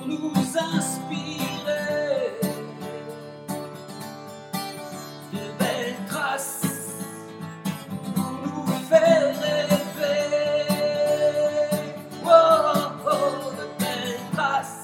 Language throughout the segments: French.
nous inspirer de belles traces pour nous faire rêver. Oh, oh, de belles traces.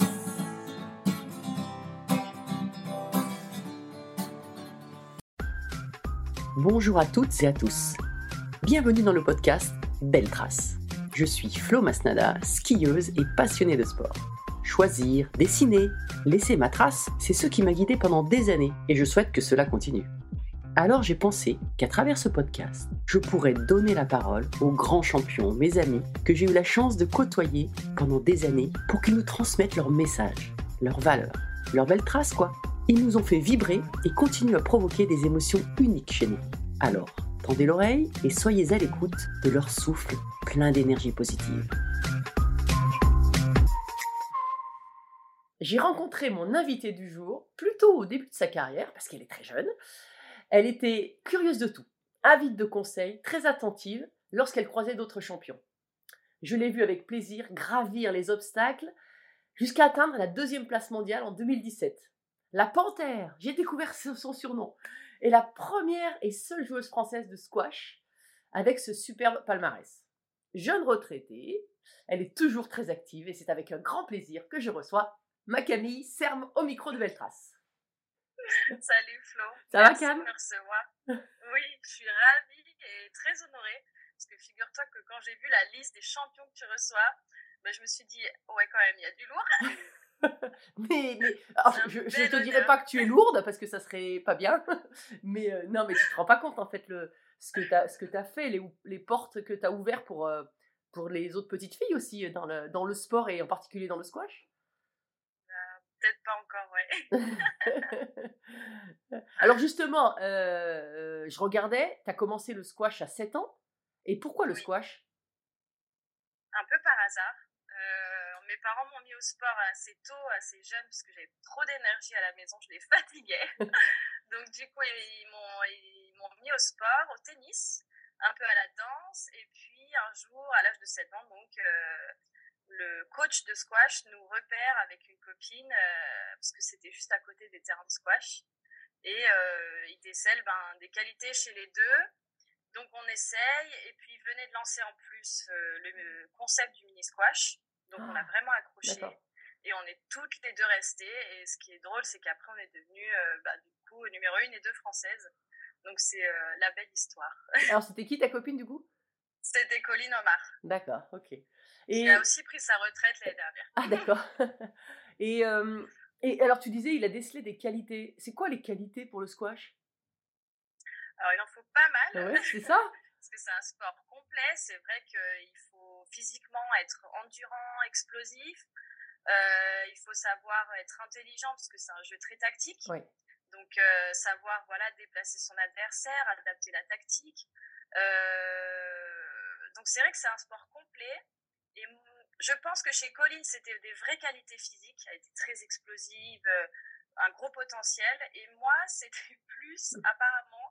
Bonjour à toutes et à tous. Bienvenue dans le podcast Belles Traces. Je suis Flo Masnada, skieuse et passionnée de sport. Choisir, dessiner, laisser ma trace, c'est ce qui m'a guidée pendant des années et je souhaite que cela continue. Alors j'ai pensé qu'à travers ce podcast, je pourrais donner la parole aux grands champions, mes amis, que j'ai eu la chance de côtoyer pendant des années pour qu'ils nous transmettent leurs messages, leurs valeurs, leurs belles traces quoi. Ils nous ont fait vibrer et continuent à provoquer des émotions uniques chez nous. Alors, tendez l'oreille et soyez à l'écoute de leur souffle plein d'énergie positive. J'ai rencontré mon invitée du jour plutôt au début de sa carrière, parce qu'elle est très jeune. Elle était curieuse de tout, avide de conseils, très attentive lorsqu'elle croisait d'autres champions. Je l'ai vue avec plaisir gravir les obstacles jusqu'à atteindre la 2e place mondiale en 2017. La Panthère, j'ai découvert son surnom, est la première et seule joueuse française de squash avec ce superbe palmarès. Jeune retraitée, elle est toujours très active et c'est avec un grand plaisir que je reçois ma Camille Serme au micro de Belles Traces. Salut Flo. Ça va Cam? Merci de me recevoir. Oui, je suis ravie et très honorée parce que figure-toi que quand j'ai vu la liste des champions que tu reçois, je me suis dit, ouais quand même, il y a du lourd. mais alors, je ne te dirais pas que tu es lourde parce que ça serait pas bien, mais non, mais tu te rends pas compte en fait ce que tu as fait, les portes que tu as ouvertes pour les autres petites filles aussi dans le sport et en particulier dans le squash. Peut-être pas encore, ouais. Alors justement, je regardais, tu as commencé le squash à 7 ans, et pourquoi le squash? Un peu par hasard. Mes parents m'ont mis au sport assez tôt, assez jeune, parce que j'avais trop d'énergie à la maison, je les fatiguais. Donc du coup, ils m'ont mis au sport, au tennis, un peu à la danse, et puis un jour, à l'âge de 7 ans, donc le coach de squash nous repère avec une copine, parce que c'était juste à côté des terrains de squash, et il décèle des qualités chez les deux. Donc on essaye, et puis il venait de lancer en plus le concept du mini squash. Donc on a vraiment accroché. D'accord. Et on est toutes les deux restées. Et ce qui est drôle, c'est qu'après on est devenues du coup numéro 1 et 2 françaises. Donc c'est la belle histoire. Alors c'était qui ta copine du coup? C'était Colline Omar. D'accord, ok. Qui a aussi pris sa retraite l'année dernière. Ah d'accord. Et alors tu disais, il a décelé des qualités. C'est quoi les qualités pour le squash? Alors il en faut pas mal. Ouais, c'est ça. Parce que c'est un sport complet. C'est vrai qu'il faut physiquement être endurant, explosif. Il faut savoir être intelligent parce que c'est un jeu très tactique. Oui. Donc savoir déplacer son adversaire, adapter la tactique. Donc c'est vrai que c'est un sport complet. Et je pense que chez Colline, c'était des vraies qualités physiques. Elle était très explosive, un gros potentiel. Et moi, c'était plus apparemment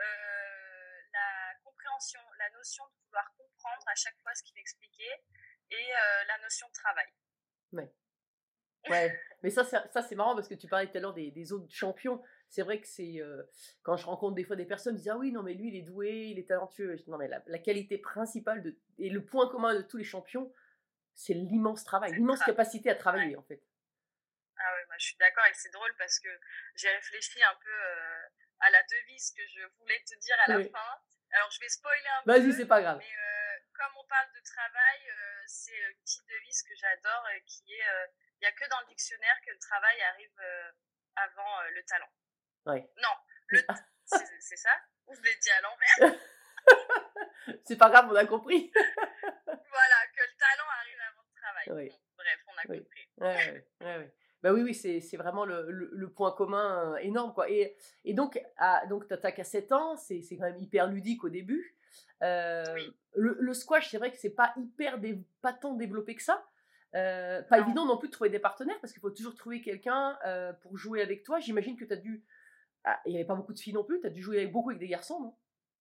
la compréhension, la notion de vouloir comprendre à chaque fois ce qu'il expliquait, et la notion de travail. Ouais, mais ça c'est marrant parce que tu parlais tout à l'heure des autres champions. C'est vrai que c'est quand je rencontre des fois des personnes qui disent ah oui non mais lui il est doué, il est talentueux. Non mais la qualité principale et le point commun de tous les champions, c'est l'immense travail, l'immense capacité à travailler en fait. Ah ouais, je suis d'accord, et c'est drôle parce que j'ai réfléchi un peu à la devise que je voulais te dire à la fin. Alors je vais spoiler un peu. Vas-y, c'est pas grave. Mais comme on parle de travail, c'est une petite devise que j'adore, qui est il n'y a que dans le dictionnaire que le travail arrive avant le talent. Ouais. Non, c'est ça? Ou je l'ai dit à l'envers? C'est pas grave, on a compris. Voilà, que le talent arrive avant le travail. Oui. Bon, bref, on a compris. Ouais. Bah oui, c'est vraiment le point commun énorme, quoi. Et donc tu attaques à 7 ans, c'est quand même hyper ludique au début. Oui. Le squash, c'est vrai que c'est pas pas tant développé que ça. Pas évident non plus de trouver des partenaires parce qu'il faut toujours trouver quelqu'un pour jouer avec toi. J'imagine que tu as dû. Il n'y avait pas beaucoup de filles non plus, tu as dû jouer beaucoup avec des garçons, non?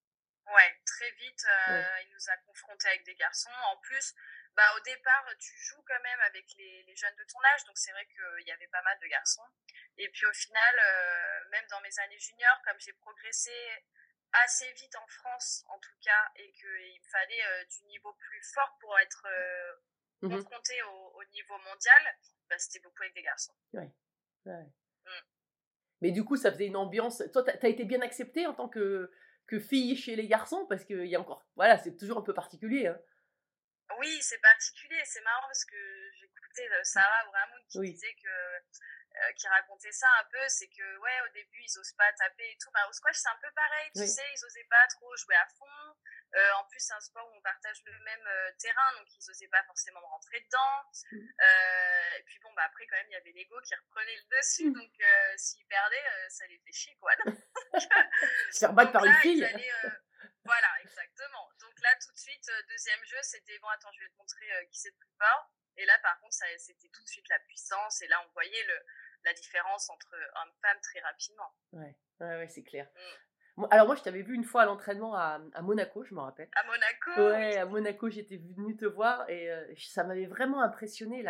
Ouais, très vite, Ouais. il nous a confrontés avec des garçons. En plus, au départ, tu joues quand même avec les jeunes de ton âge, donc c'est vrai qu'il y avait pas mal de garçons. Et puis au final, même dans mes années juniors, comme j'ai progressé assez vite en France, en tout cas, et qu'il me fallait du niveau plus fort pour être Mhm. confronté au niveau mondial, c'était beaucoup avec des garçons. Ouais. Ouais. Mm. Mais du coup, ça faisait une ambiance. Toi, t'as été bien acceptée en tant que fille chez les garçons parce qu'il y a encore. Voilà, c'est toujours un peu particulier. Hein. Oui, c'est particulier, c'est marrant parce que j'écoutais Sarah ou Ramoun qui Oui. disait que qui racontait ça un peu, c'est que ouais, au début ils osent pas taper et tout. Au squash c'est un peu pareil, tu Oui. sais, ils osaient pas trop jouer à fond. En plus c'est un sport où on partage le même terrain, donc ils osaient pas forcément rentrer dedans. Et puis bon, après quand même il y avait l'ego qui reprenait le dessus, donc s'ils perdaient, ça les fait chier quoi. Se faire battre Donc par une là il fille. fallait, voilà exactement. Donc là tout de suite deuxième jeu c'était bon, attends je vais te montrer qui c'est le plus fort. Et là, par contre, c'était tout de suite la puissance. Et là, on voyait la différence entre homme-femme très rapidement. Ouais, c'est clair. Mm. Alors moi, je t'avais vu une fois à l'entraînement à Monaco, je me rappelle. À Monaco, oui. Ouais, à Monaco, j'étais venue te voir et ça m'avait vraiment impressionné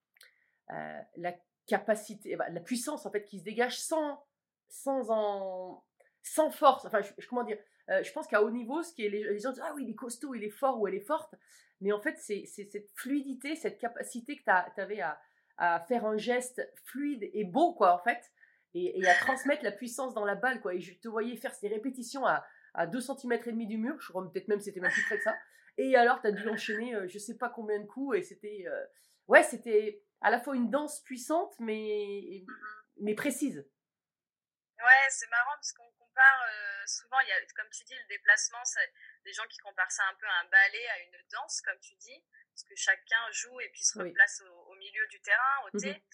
la capacité, la puissance en fait qui se dégage sans, en, sans force. Enfin, comment dire je pense qu'à haut niveau, ce qui est les gens disent ah oui, il est costaud, il est fort ou elle est forte, mais en fait, c'est cette fluidité, cette capacité que tu avais à faire un geste fluide et beau, quoi, en fait, et à transmettre la puissance dans la balle, quoi. Et je te voyais faire ces répétitions à 2 cm et demi du mur, je crois peut-être même c'était même plus près que ça. Et alors, tu as dû enchaîner je sais pas combien de coups, et c'était ouais, c'était à la fois une danse puissante, mais précise. Ouais, c'est marrant parce qu'on compare souvent, il y a, comme tu dis, le déplacement, c'est des gens qui comparent ça un peu à un ballet, à une danse, comme tu dis, parce que chacun joue et puis se Oui. replace au milieu du terrain, au Mhm. thé.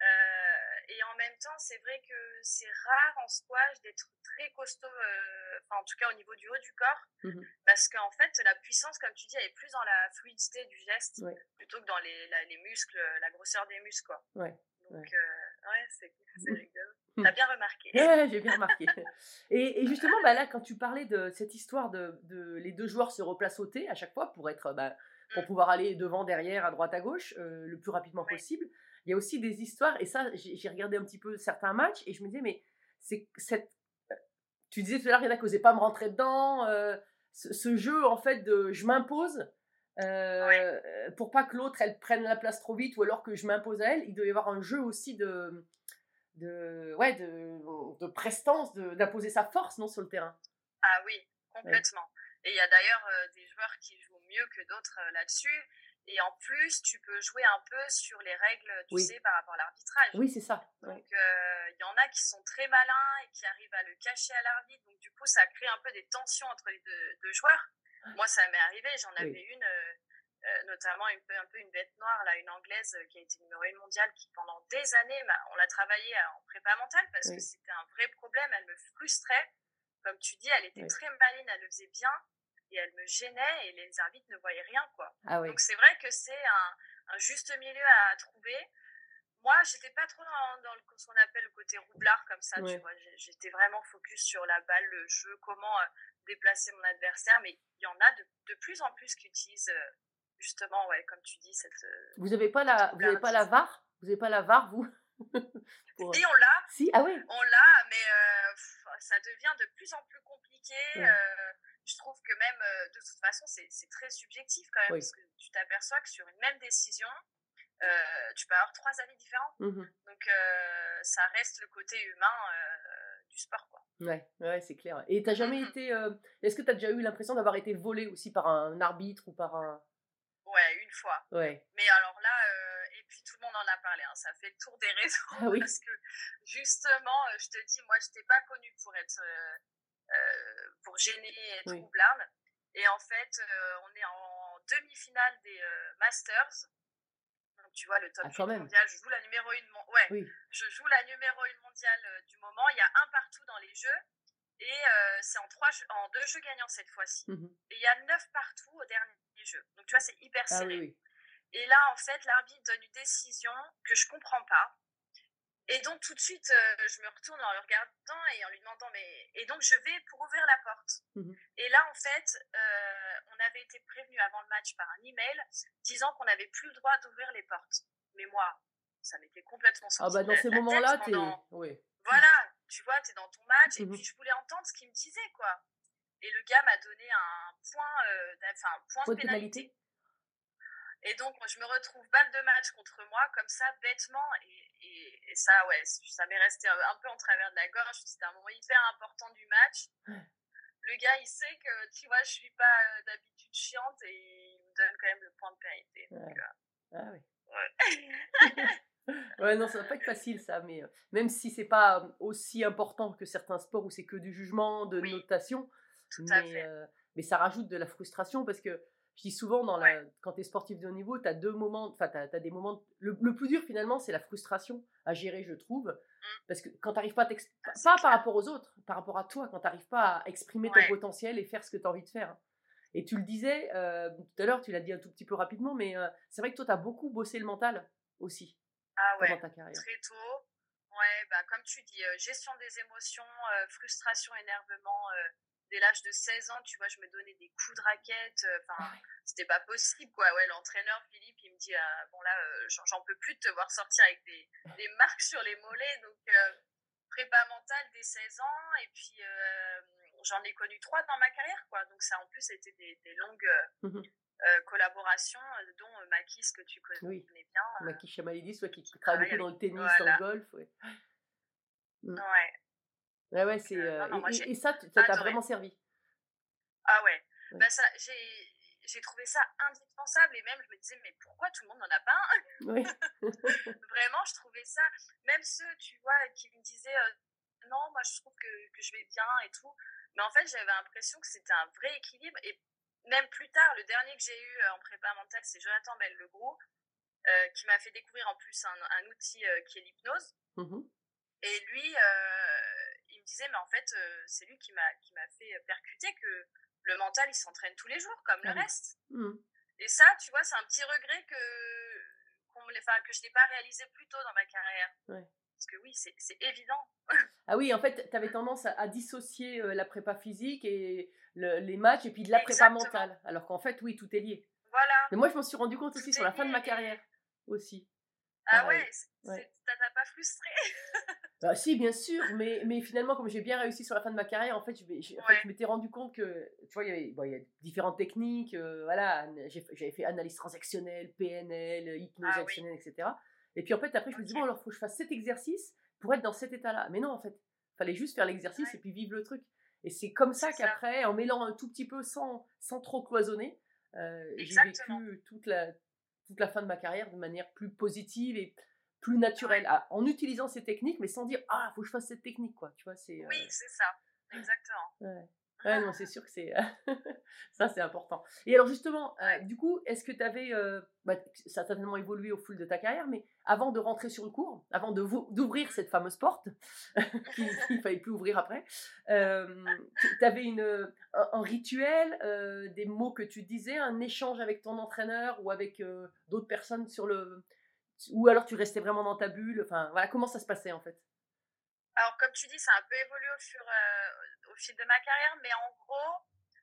Et en même temps, c'est vrai que c'est rare en squash d'être très costaud, en tout cas au niveau du haut du corps, parce qu'en fait, la puissance, comme tu dis, elle est plus dans la fluidité du geste, plutôt que dans les muscles, la grosseur des muscles, quoi. Ouais. Donc, ouais, c'est rigolo. T'as bien remarqué. Ouais, j'ai bien remarqué. Et justement, là, quand tu parlais de cette histoire de les deux joueurs se replacent au thé à chaque fois pour pouvoir aller devant, derrière, à droite, à gauche, le plus rapidement possible. Il y a aussi des histoires, et ça, j'ai regardé un petit peu certains matchs, et je me disais, mais c'est cette. Tu disais tout à l'heure, il y en a qui n'osaient pas me rentrer dedans. Ce jeu, en fait, de je m'impose. Pour pas que l'autre elle prenne la place trop vite ou alors que je m'impose à elle, il doit y avoir un jeu aussi de prestance, d'imposer sa force non sur le terrain. Ah oui, complètement. Ouais. Et il y a d'ailleurs des joueurs qui jouent mieux que d'autres là-dessus. Et en plus, tu peux jouer un peu sur les règles, tu sais, par rapport à l'arbitrage. Oui, c'est ça. Donc, il y en a qui sont très malins et qui arrivent à le cacher à l'arbitre. Donc, du coup, ça crée un peu des tensions entre les deux joueurs. Moi, ça m'est arrivé. J'en avais une, notamment un peu une bête noire, là, une Anglaise qui a été numéro 1 mondiale, qui pendant des années, on l'a travaillé en prépa mentale parce que c'était un vrai problème. Elle me frustrait. Comme tu dis, elle était très maline, elle le faisait bien. Et elle me gênait et les arbitres ne voyaient rien, quoi. Donc c'est vrai que c'est un juste milieu à trouver. Moi, j'étais pas trop dans ce qu'on appelle le côté roublard comme ça, tu vois. J'étais vraiment focus sur la balle, le jeu, comment déplacer mon adversaire. Mais il y en a de plus en plus qui utilisent justement, comme tu dis, cette. Vous n'avez pas la VAR? Vous n'avez pas la VAR, vous? Si, on l'a. Si, ah oui. On l'a, mais ça devient de plus en plus compliqué. Je trouve que même, de toute façon, c'est très subjectif quand même, parce que tu t'aperçois que sur une même décision, tu peux avoir 3 avis différents. Donc, ça reste le côté humain du sport, quoi. Ouais, c'est clair. Et t'as jamais été... Est-ce que tu as déjà eu l'impression d'avoir été volé aussi par un arbitre ou par un... Ouais, une fois. Mais alors là, et puis tout le monde en a parlé, hein, ça fait le tour des réseaux, parce que justement, je te dis, moi, je n'étais pas connue pour être... pour gêner et être roublarde. Et en fait, on est en demi-finale des Masters. Donc, tu vois, le top 8 mondial, je joue la numéro 1 je joue la numéro 1 mondiale du moment. Il y a un partout dans les jeux. Et c'est en 2 jeux gagnants cette fois-ci. Et il y a 9 partout au dernier jeu. Donc, tu vois, c'est hyper serré. Et là, en fait, l'arbitre donne une décision que je comprends pas. Et donc, tout de suite, je me retourne en le regardant et en lui demandant, mais... Et donc, je vais pour ouvrir la porte. Mmh. Et là, en fait, on avait été prévenu avant le match par un email disant qu'on n'avait plus le droit d'ouvrir les portes. Mais moi, ça m'était complètement Ah sorti bah, de dans ces la tête moments-là, pendant... ouais. Voilà, tu vois, t'es dans ton match et Mmh. puis je voulais entendre ce qu'il me disait, quoi. Et le gars m'a donné un point, un point Point de de pénalité? pénalité. Et donc, je me retrouve balle de match contre moi, comme ça, bêtement. Et ça, ouais, ça m'est resté un peu en travers de la gorge. C'était un moment hyper important du match. Le gars, il sait que, tu vois, je suis pas d'habitude chiante et il me donne quand même le point de pénalité. Donc, Ouais. Ah ouais. ouais. Ouais, non, ça va pas être facile ça, mais même si c'est pas aussi important que certains sports où c'est que du jugement, de Oui, notation, tout à mais, fait. mais ça rajoute de la frustration parce que je dis souvent, Ouais. quand tu es sportif de haut niveau, tu as deux moments, enfin, tu as des moments. Le plus dur finalement, c'est la frustration à gérer, je trouve. Parce que quand tu n'arrives pas à Ah, c'est pas par clair. rapport aux autres, par rapport à toi, quand tu n'arrives pas à exprimer ton Ouais. potentiel et faire ce que tu as envie de faire. Et tu le disais tout à l'heure, tu l'as dit un tout petit peu rapidement, mais c'est vrai que toi, tu as beaucoup bossé le mental aussi Ah pendant ouais, ta carrière. très tôt. Ouais, bah, comme tu dis, gestion des émotions, frustration, énervement. Dès l'âge de 16 ans, tu vois, je me donnais des coups de raquette. Enfin, Ah ouais. c'était pas possible, quoi. Ouais, l'entraîneur, Philippe, il me dit, bon là, j'en peux plus de te voir sortir avec des marques sur les mollets. Donc, prépa mentale dès 16 ans. Et puis, j'en ai connu 3 dans ma carrière, quoi. Donc, ça, en plus, c'était des longues Mhm. collaborations, dont Makis, que tu connais Oui, bien. Maki Chamalidis, ouais, qui travaille Travaille beaucoup dans avec. le tennis, dans le Voilà. golf. Ouais, mm. Ouais. Ouais, ouais, Donc, non, non, moi, j'ai et ça, ça t'a adoré. vraiment servi. Ah ouais. Ouais. Bah, ça, j'ai trouvé ça indispensable et même, je me disais, mais pourquoi tout le monde n'en a pas un? Ouais. Vraiment, je trouvais ça, même ceux, tu vois, qui me disaient, non, moi, je trouve que je vais bien et tout. Mais en fait, j'avais l'impression que c'était un vrai équilibre. Et même plus tard, le dernier que j'ai eu en prépa mentale, c'est Jonathan Bell-Legroux, qui m'a fait découvrir en plus un outil qui est l'hypnose. Mhm. Et lui, il me disait, mais en fait, c'est lui qui m'a fait percuter que le mental, il s'entraîne tous les jours, comme Ah le oui. reste. Mhm. Et ça, tu vois, c'est un petit regret que je n'ai pas réalisé plus tôt dans ma carrière. Ouais. Parce que oui, c'est évident. Ah oui, en fait, tu avais tendance à dissocier la prépa physique et les matchs et puis de la prépa Exactement. mentale. Alors qu'en fait, oui, tout est lié. Voilà, Mais moi, je m'en suis rendu compte tout aussi sur est la fin de lié. ma carrière. Aussi. Ah Pareil. ouais, Ouais. ça t'a pas frustré? Bah, si, bien sûr, mais finalement, comme j'ai bien réussi sur la fin de ma carrière, en fait, Ouais. je m'étais rendu compte que, tu vois, il y a différentes techniques, voilà, j'avais fait analyse transactionnelle, PNL, hypnose Ah oui, actionnelle, etc. Et puis en fait, après, je me dis, bon, ok. alors, il faut que je fasse cet exercice pour être dans cet état-là. Mais non, en fait, il fallait juste faire l'exercice et Ouais, puis vivre le truc. Et c'est comme ça c'est ça. qu'après, en mêlant un tout petit peu sans trop cloisonner, j'ai Exactement. vécu toute la fin de ma carrière de manière plus positive et plus naturel, en utilisant ces techniques, mais sans dire ah, faut que je fasse cette technique, quoi. Tu vois, c'est Oui, c'est ça. Exactement. ouais. Ouais, non, c'est sûr que c'est ça, c'est important. Et alors justement, Ouais. du coup, est-ce que tu avais, ça a certainement évolué au fil de ta carrière, mais avant de rentrer sur le cours, avant d'ouvrir cette fameuse porte qu'il fallait plus ouvrir après, tu avais un rituel, des mots que tu disais, un échange avec ton entraîneur ou avec d'autres personnes ou alors tu restais vraiment dans ta bulle. Enfin, voilà, comment ça se passait en fait? Alors, comme tu dis, ça a un peu évolué au fil de ma carrière, mais en gros,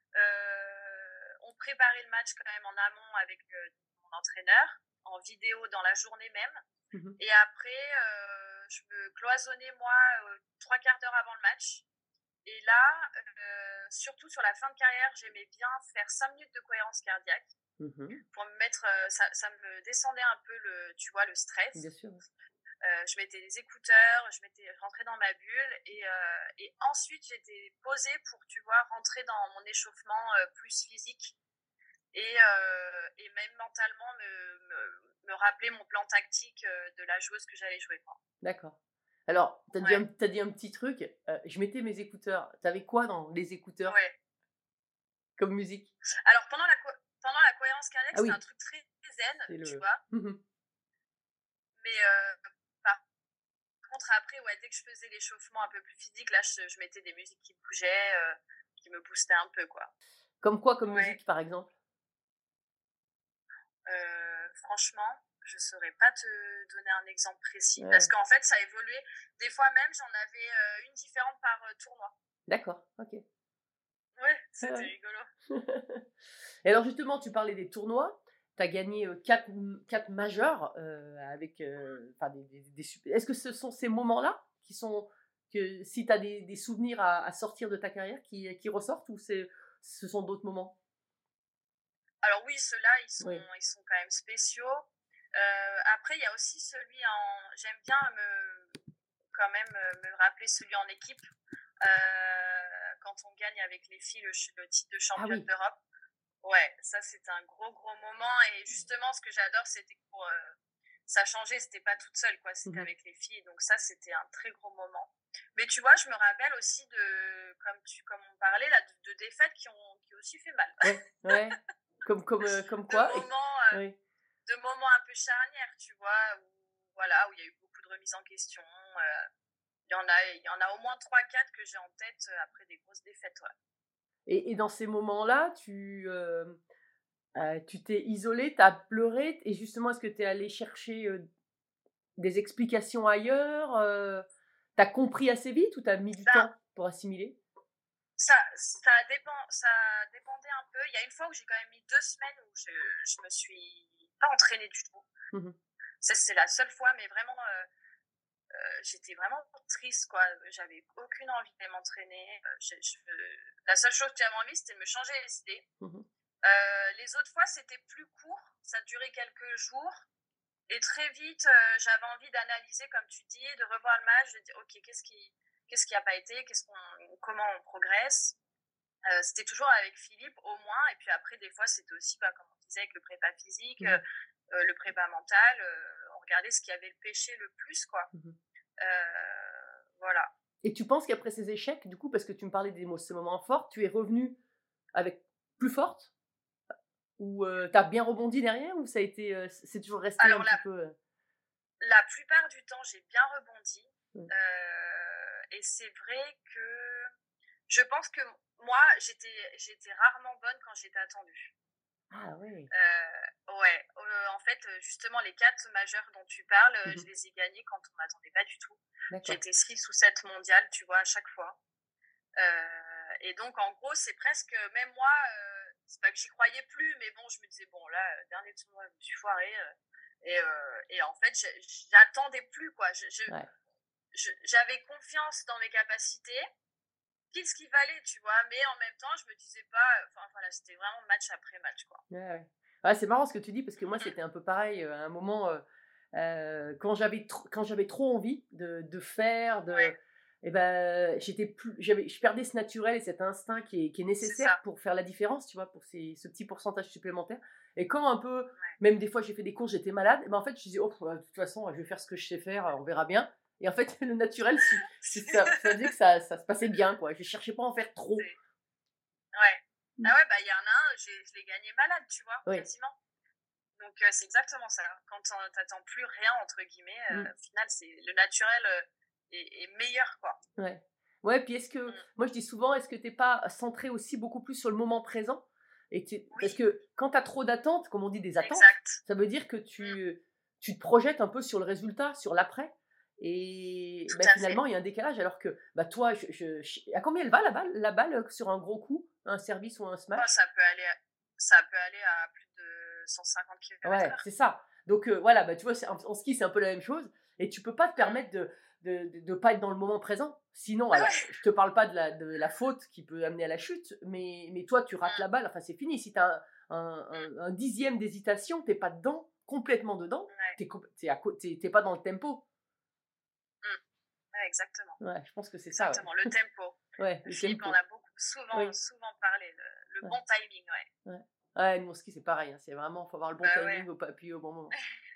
on préparait le match quand même en amont avec mon entraîneur, en vidéo dans la journée même. Mmh. Et après, je me cloisonnais, moi, 3/4 d'heure avant le match. Et là, surtout sur la fin de carrière, j'aimais bien faire 5 minutes de cohérence cardiaque Mmh. pour me mettre, ça me descendait un peu tu vois, le Bien stress. sûr. Je mettais des écouteurs, je m'étais rentrée dans ma bulle et ensuite j'étais posée pour, tu vois, rentrer dans mon échauffement plus physique et même mentalement me rappeler mon plan tactique de la joueuse que j'allais jouer, quoi. D'accord. Alors, Ouais, t'as dit un petit truc, je mettais mes écouteurs. T'avais quoi dans les écouteurs ouais. comme musique? Alors pendant la cohérence cardiaque, Ah c'était un oui, truc très zen, c'est tu le vois. mmh. Mais par contre, après, ouais, dès que je faisais l'échauffement un peu plus physique, là, je mettais des musiques qui bougeaient, qui me boostaient un peu, quoi. Comme quoi comme Ouais. musique, par exemple? Franchement, je saurais pas te donner un exemple précis. Ouais. Parce qu'en fait, ça a évolué. Des fois même, j'en avais une différente par tournoi. D'accord, ok. Ouais, c'était Ouais. rigolo. Et alors justement, tu parlais des tournois. Tu as gagné 4 majeurs avec enfin, Est-ce que ce sont ces moments-là qui sont que si tu as des souvenirs à sortir de ta carrière qui ressortent ou ce sont d'autres moments? Alors oui, ceux-là, Oui. ils sont quand même spéciaux. Après, il y a aussi celui en... J'aime bien quand même me rappeler celui en équipe. Quand on gagne avec les filles le titre de Ah championne oui. d'Europe. Ouais, ça c'était un gros moment. Et justement, ce que j'adore, c'était que ça changeait, c'était pas toute seule, quoi. C'était Mhm. avec les filles. Donc ça, c'était un très gros moment. Mais tu vois, je me rappelle aussi comme on parlait là, de défaites qui ont aussi fait mal. Ouais, ouais. Comme quoi? Oui. De moments un peu charnières, tu vois, où il y a eu beaucoup de remises en question. Il y en a au moins 3-4 que j'ai en tête après des grosses défaites. Ouais. Et dans ces moments-là, tu t'es isolée, tu as pleuré et justement, est-ce que tu es allée chercher des explications ailleurs Tu as compris assez vite ou tu as mis du temps pour assimiler? Ça dépendait un peu. Il y a une fois où j'ai quand même mis 2 semaines où je me suis pas entraînée du tout. Mmh. Ça, c'est la seule fois, mais vraiment, j'étais vraiment triste, quoi. J'avais aucune envie de m'entraîner. La seule chose que j'avais envie, c'était de me changer les idées. Mmh. Les autres fois, c'était plus court. Ça durait quelques jours. Et très vite, j'avais envie d'analyser, comme tu dis, de revoir le match, de dire, OK, qu'est-ce qui a pas été, comment on progresse. C'était toujours avec Philippe, au moins. Et puis après, des fois, c'était aussi, comme on disait, avec le prépa physique, le prépa mental. On regardait ce qui avait le péché le plus, quoi. Voilà. Et tu penses qu'après ces échecs, du coup, parce que tu me parlais ces moments forts, tu es revenue avec plus forte? Ou tu as bien rebondi derrière? Ou ça a été, c'est toujours resté Alors, un petit peu la plupart du temps, j'ai bien rebondi. Mmh. Et c'est vrai que je pense que moi, j'étais rarement bonne quand j'étais attendue. Ah oui. Ouais, en fait, justement, les 4 majeurs dont tu parles, Mmh. je les ai gagnés quand on m'attendait pas du tout. D'accord. J'étais 6 ou 7 mondiales, tu vois, à chaque fois. Et donc, en gros, c'est presque, même moi, c'est pas que j'y croyais plus, mais bon, je me disais, bon, là, dernier tournoi, je me suis foirée. Et en fait, j'attendais plus, quoi. Ouais. J'avais confiance dans mes capacités, qu'est-ce qu'il fallait, tu vois, mais en même temps, je me disais pas, enfin voilà, c'était vraiment match après match, quoi. Ouais, ouais. Ouais, c'est marrant ce que tu dis parce que moi, c'était un peu pareil, à un moment, quand j'avais trop envie de faire, Ouais, et ben, je perdais ce naturel et cet instinct qui est c'est nécessaire ça. pour faire la différence, tu vois? Pour ce petit pourcentage supplémentaire et quand un peu Ouais. même des fois j'ai fait des courses, j'étais malade, et ben, en fait, je disais: «Oh, de toute façon, je vais faire ce que je sais faire, on verra bien», et en fait, le naturel, ça faisait que ça se passait bien, quoi. Je cherchais pas à en faire trop. Ouais. Mmh. Ah ouais, il y en a un, je l'ai gagné malade, tu vois, Oui. quasiment. Donc, c'est exactement ça. Quand t'attends plus rien, entre guillemets, Mmh. au final, le naturel est meilleur, quoi. Ouais. Ouais, puis est-ce que moi je dis souvent, est-ce que t'es pas centré aussi beaucoup plus sur le moment présent? Parce Oui, que quand tu as trop d'attentes, comme on dit des attentes, exact. ça veut dire que tu te projettes un peu sur le résultat, sur l'après. Et Tout bah, à fait. finalement, il y a un décalage. Alors que bah, toi, à combien elle va la balle sur un gros coup, un service ou un Oh, smash? ça peut aller à plus de 150 Ouais, km/h. c'est ça. Donc voilà, bah, tu vois, en ski, c'est un peu la même chose. Et tu peux pas te permettre de pas être dans le moment présent. Sinon, alors, je te parle pas de la faute qui peut amener à la chute, mais toi, tu rates la balle, enfin, c'est fini. Si tu as un dixième d'hésitation, t'es pas dedans, complètement dedans, Ouais. t'es pas dans le tempo. Ouais, exactement. Ouais, je pense que c'est ça, ouais. Exactement, le tempo. Ouais, le Philippe en tempo. a Oui. souvent parlé, le Ouais. bon timing, ouais. Ouais. Ouais, nous, au ski, c'est pareil, hein. C'est vraiment, faut avoir le bon Bah timing, ouais. appuyer au bon moment.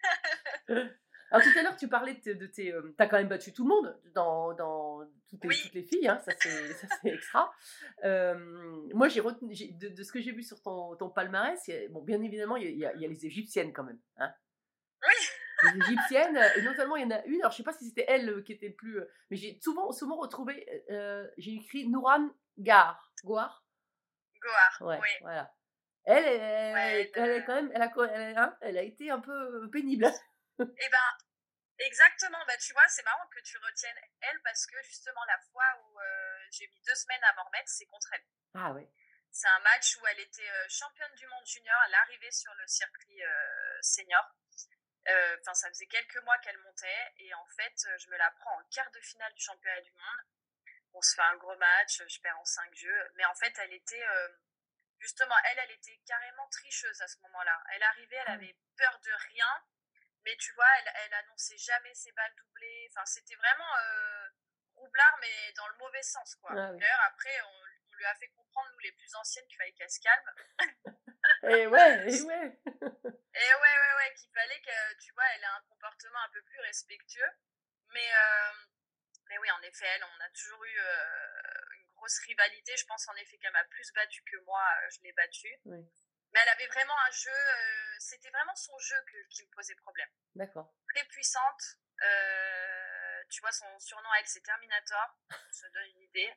Alors tout à l'heure, tu parlais de tes. T'as quand même battu tout le monde dans toutes Oui, les filles, hein, ça c'est extra. Moi, de ce que j'ai vu sur ton palmarès, bon, bien évidemment, il y a les Égyptiennes quand même. Hein. oui. Les Égyptiennes, et non seulement il y en a une, alors je sais pas si c'était elle qui était le plus. Mais j'ai souvent retrouvé, j'ai écrit Nouran Goar. Goar, Ouais, oui. voilà. Ouais, elle est quand même, elle a été un peu pénible. et ben, exactement. Bah, tu vois, c'est marrant que tu retiennes elle parce que justement, la fois où j'ai mis 2 semaines à m'en remettre, c'est contre elle. Ah ouais. C'est un match où elle était championne du monde junior. Elle arrivait sur le circuit senior. Enfin, ça faisait quelques mois qu'elle montait. Et en fait, je me la prends en quart de finale du championnat du monde. On se fait un gros match. Je perds en 5 jeux. Mais en fait, elle était... justement, elle était carrément tricheuse à ce moment-là. Elle arrivait, elle avait peur de rien. Mais tu vois, elle annonçait jamais ses balles doublées. Enfin, c'était vraiment roublard, mais dans le mauvais sens, quoi. Ah oui. D'ailleurs, après, on lui a fait comprendre, nous, les plus anciennes, qu'il fallait qu'elle se calme. Et ouais, et ouais. Et ouais, qu'il fallait que, tu vois, elle ait un comportement un peu plus respectueux. Mais oui, en effet, elle, on a toujours eu une grosse rivalité. Je pense en effet qu'elle m'a plus battue que moi, je l'ai battue. Oui. Mais elle avait vraiment un jeu, c'était vraiment son jeu qui me posait problème. D'accord. Très puissante. Tu vois, son surnom avec c'est Terminator. Ça donne une idée.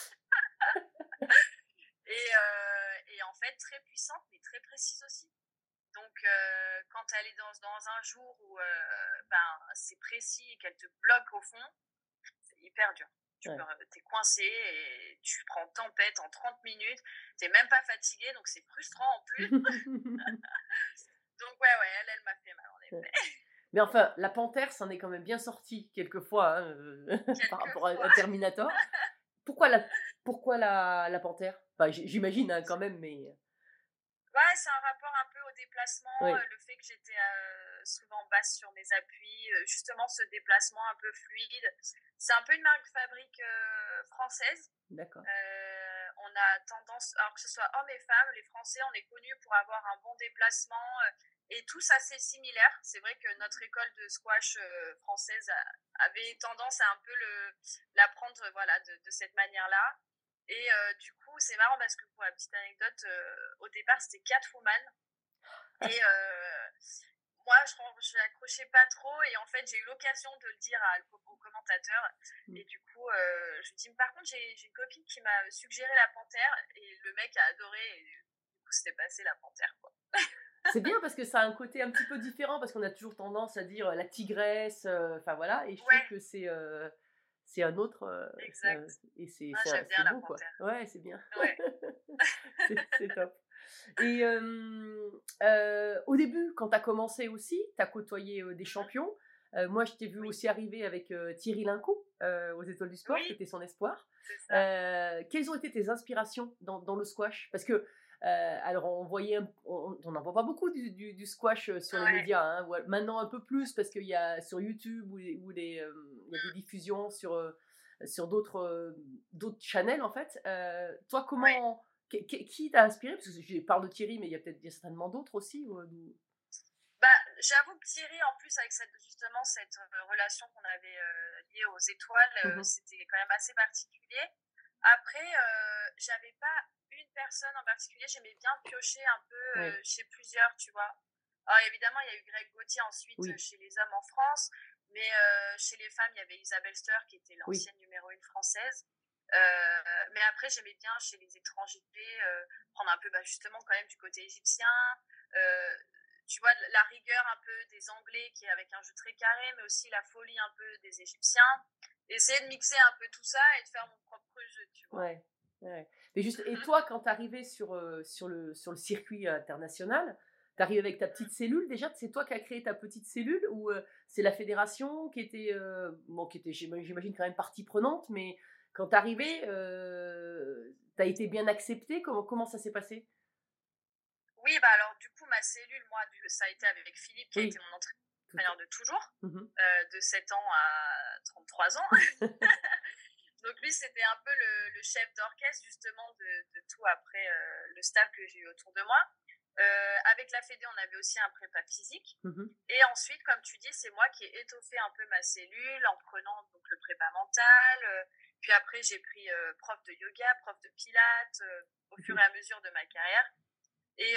Et en fait, très puissante, mais très précise aussi. Donc, quand elle est dans un jour où c'est précis et qu'elle te bloque au fond, c'est hyper dur. T'es coincé et tu prends tempête en 30 minutes. T'es même pas fatigué, donc c'est frustrant en plus. Donc, ouais, elle m'a fait mal en effet. Mais enfin, la panthère s'en est quand même bien sortie quelquefois par rapport à Terminator. Pourquoi la panthère? Enfin, j'imagine quand même, mais... Ouais, c'est un rapport un peu au déplacement, oui. Le fait que j'étais souvent basse sur mes appuis, justement ce déplacement un peu fluide. C'est un peu une marque de fabrique française. D'accord. On a tendance, alors que ce soit hommes et femmes, les Français, on est connus pour avoir un bon déplacement et tous assez similaires. C'est vrai que notre école de squash française avait tendance à un peu l'apprendre voilà, de cette manière-là. Et du coup, c'est marrant parce que pour la petite anecdote, au départ, c'était Catwoman. Et moi, je n'accrochais pas trop. Et en fait, j'ai eu l'occasion de le dire au commentateur. Et du coup, je lui dis, par contre, j'ai une copine qui m'a suggéré la panthère. Et le mec a adoré. Et du coup, c'était passé la panthère, quoi. C'est bien parce que ça a un côté un petit peu différent. Parce qu'on a toujours tendance à dire la tigresse. Enfin voilà. Et je trouve que c'est un autre. Exact. Et j'aime bien la beau, quoi. panthère. Ouais, c'est bien. Ouais. c'est top. Et au début, quand tu as commencé aussi, tu as côtoyé des champions. Moi, je t'ai vu aussi arriver avec Thierry Lincou aux Étoiles du Sport, qui était son espoir. Quelles ont été tes inspirations dans le squash? Parce que, alors, on n'en voit pas beaucoup du squash sur les médias. Hein, maintenant, un peu plus, parce qu'il y a sur YouTube où il y a des diffusions sur d'autres channels, en fait. Toi, comment... Qui t'a inspiré? Parce que je parle de Thierry, mais il y a certainement d'autres aussi. J'avoue que Thierry, en plus, avec justement cette relation qu'on avait liée aux étoiles, c'était quand même assez particulier. Après, j'avais pas une personne en particulier. J'aimais bien piocher un peu chez plusieurs, tu vois. Alors évidemment, il y a eu Greg Gauthier ensuite chez les hommes en France. Mais chez les femmes, il y avait Isabelle Steur qui était l'ancienne numéro 1 française. Mais après, j'aimais bien chez les étrangers prendre un peu justement quand même du côté égyptien. Tu vois, la rigueur un peu des Anglais qui est avec un jeu très carré, mais aussi la folie un peu des Égyptiens. Essayer de mixer un peu tout ça et de faire mon propre jeu, tu vois. Ouais. Mais juste, et toi, quand tu arrivais sur le circuit international, tu arrives avec ta petite cellule déjà? C'est toi qui as créé ta petite cellule ou c'est la fédération qui était, j'imagine, quand même partie prenante, mais quand tu arrivais, tu as été bien accepté? Comment ça s'est passé? Oui, alors du coup, ma cellule, moi, ça a été avec Philippe, qui a été mon entraîneur de toujours, de 7 ans à 33 ans. Donc lui, c'était un peu le chef d'orchestre, justement, de tout après le staff que j'ai eu autour de moi. Avec la Fédé, on avait aussi un prépa physique. Et ensuite, comme tu dis, c'est moi qui ai étoffé un peu ma cellule en prenant donc, le prépa mental. Puis après, j'ai pris prof de yoga, prof de pilates, au fur et à mesure de ma carrière. Et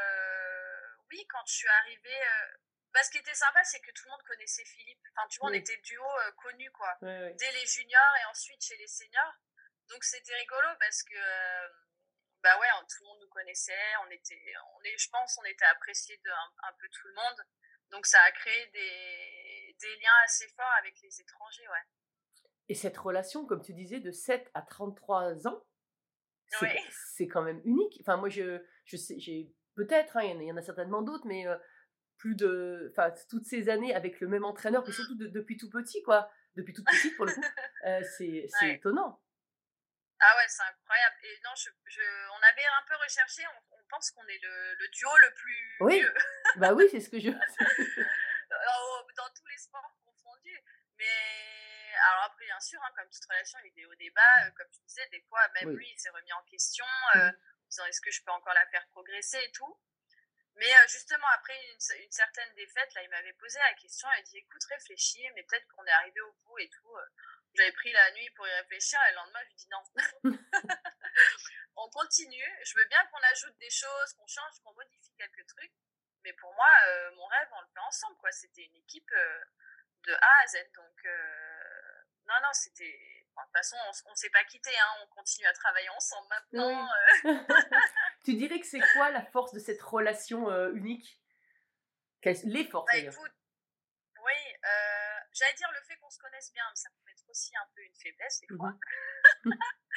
oui, quand je suis arrivée... ce qui était sympa, c'est que tout le monde connaissait Philippe. Enfin, tu vois, on était duo connu, quoi. Dès les juniors et ensuite chez les seniors. Donc, c'était rigolo parce que bah ouais, tout le monde nous connaissait, je pense, on était appréciés de un peu tout le monde. Donc ça a créé des liens assez forts avec les étrangers, ouais. Et cette relation, comme tu disais, de 7 à 33 ans, Ouais. c'est quand même unique. Enfin, moi, je sais, j'ai peut-être, hein, il y en a certainement d'autres, mais toutes ces années avec le même entraîneur, puis surtout depuis tout petit, quoi. Depuis toute petite, pour le coup, c'est Ouais. étonnant. Ah ouais, c'est incroyable. Et non, on avait un peu recherché, on pense qu'on est le duo le plus Oui, vieux bah oui, c'est ce que je. dans tous les sports confondus. Mais alors après, bien sûr, hein, comme toute relation, il y a eu des hauts et des bas. Comme tu disais, des fois, même Oui. lui, il s'est remis en question, Mhm. en disant est-ce que je peux encore la faire progresser et tout. Mais justement, après une certaine défaite, là, il m'avait posé la question, il m'a dit écoute, réfléchis, mais peut-être qu'on est arrivé au bout et tout. J'avais pris la nuit pour y réfléchir, et le lendemain, je lui dis non. On continue, je veux bien qu'on ajoute des choses, qu'on change, qu'on modifie quelques trucs, mais pour moi, mon rêve, on le fait ensemble, quoi. C'était une équipe de A à Z, donc non, c'était... Enfin, de toute façon, on ne s'est pas quittés, hein, on continue à travailler ensemble maintenant. Oui. Tu dirais que c'est quoi la force de cette relation unique? Les forces, Bah d'ailleurs. écoute, oui, j'allais dire le fait qu'on se connaisse bien, mais ça peut être aussi un peu une faiblesse des fois. Mhm.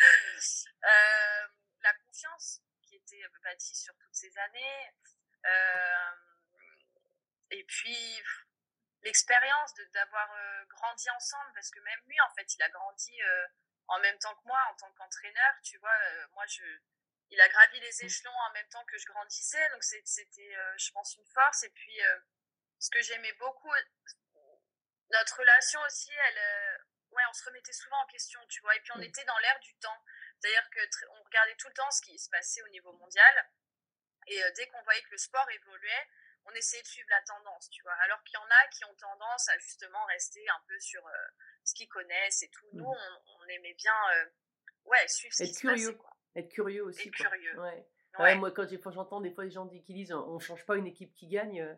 La confiance qui était bâtie sur toutes ces années, euh, et puis l'expérience d'avoir grandi ensemble, parce que même lui, en fait, il a grandi en même temps que moi, en tant qu'entraîneur, tu vois, il a gravi les échelons en même temps que je grandissais, donc c'était, je pense, une force. Et puis, ce que j'aimais beaucoup, notre relation aussi, ouais, on se remettait souvent en question, tu vois, et puis on était dans l'air du temps, c'est-à-dire on regardait tout le temps ce qui se passait au niveau mondial, et dès qu'on voyait que le sport évoluait, on essayait de suivre la tendance, tu vois. Alors qu'il y en a qui ont tendance à justement rester un peu sur ce qu'ils connaissent et tout. Nous, on aimait bien suivre ce qui se passait, quoi. Être curieux aussi, Être quoi. curieux. Ouais. Ouais. Moi, quand j'entends des fois des gens qui disent on change pas une équipe qui gagne,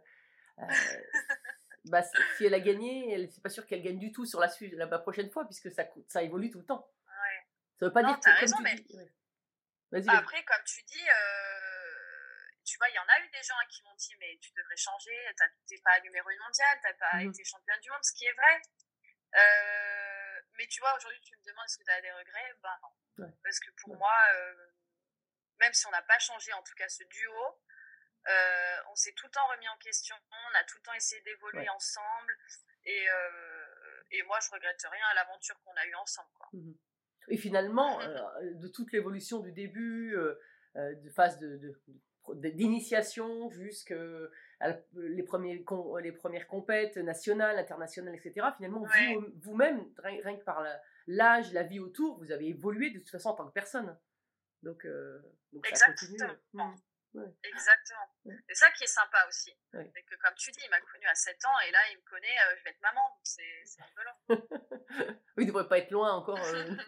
bah, si elle a gagné, c'est pas sûr qu'elle gagne du tout sur la prochaine fois, puisque ça évolue tout le temps. Ouais. Ça veut pas Non, dire t'as que, comme raison, tu mais dis. Ouais. Vas-y. après, comme tu dis, tu vois, il y en a eu des gens qui m'ont dit mais tu devrais changer, t'es pas numéro 1 mondial, t'as pas été championne du monde, ce qui est vrai. Mais tu vois, aujourd'hui, tu me demandes est-ce que tu as des regrets? Ben non. Ouais. Parce que pour moi, même si on n'a pas changé, en tout cas ce duo, on s'est tout le temps remis en question, on a tout le temps essayé d'évoluer ensemble, et moi, je regrette rien à l'aventure qu'on a eue ensemble, quoi. Et finalement, de toute l'évolution du début, de phase d'initiation jusqu'à les premières compètes nationales, internationales, etc. Finalement, vous-même, rien que par l'âge, la vie autour, vous avez évolué de toute façon en tant que personne. Donc ça continue. Exactement. C'est ça qui est sympa aussi. Ouais. C'est que, comme tu dis, il m'a connue à 7 ans et là, il me connaît, je vais être maman. Donc c'est rigolo. Oui, il ne devrait pas être loin encore.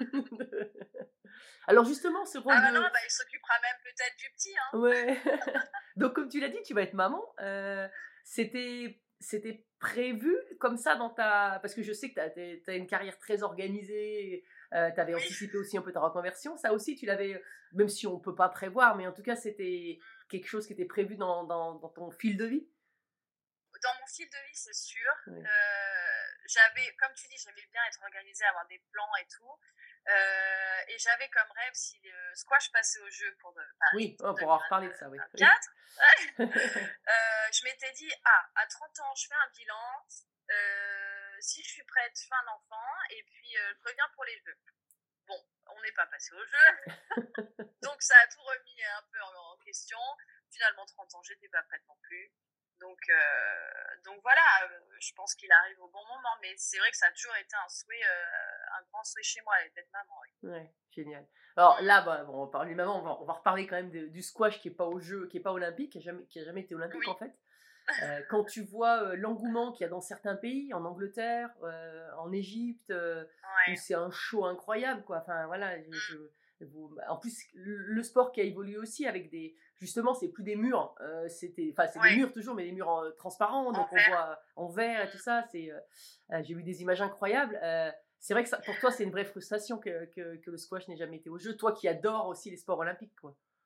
Alors justement, ce rôle non, bah, il s'occupera même peut-être du petit. Hein. Ouais. Donc comme tu l'as dit, tu vas être maman. C'était prévu comme ça dans ta... Parce que je sais que tu as une carrière très organisée. Tu avais anticipé aussi un peu ta reconversion. Ça aussi, tu l'avais... Même si on ne peut pas prévoir, mais en tout cas, c'était quelque chose qui était prévu dans ton fil de vie. Dans mon fil de vie, c'est sûr. Oui. Comme tu dis, j'aimais bien être organisée, avoir des plans et tout. Et j'avais comme rêve si le squash passait au jeu pour Paris. Oui, on pourra en reparler de ça, oui. 4. Je m'étais dit, à 30 ans, je fais un bilan. Si je suis prête, je fais un enfant. Et puis, je reviens pour les jeux. Bon, on n'est pas passé au jeu. Donc, ça a tout remis un peu en question. Finalement, 30 ans, j'étais pas prête non plus. Donc voilà, je pense qu'il arrive au bon moment, mais c'est vrai que ça a toujours été un souhait, un grand souhait chez moi d'être maman. Oui. Ouais, génial. Alors là, on va parler de maman, on va reparler quand même du squash qui est pas au jeu, qui est pas olympique, qui a jamais été olympique en fait. Quand tu vois l'engouement qu'il y a dans certains pays, en Angleterre, en Égypte, où c'est un show incroyable, quoi. Enfin voilà, en plus le sport qui a évolué aussi avec des, justement, c'est plus des murs, c'est des murs toujours, mais des murs transparents, donc on voit en verre et tout ça. J'ai vu des images incroyables. C'est vrai que pour toi, c'est une vraie frustration que le squash n'ait jamais été au jeu. Toi qui adores aussi les sports olympiques, quoi.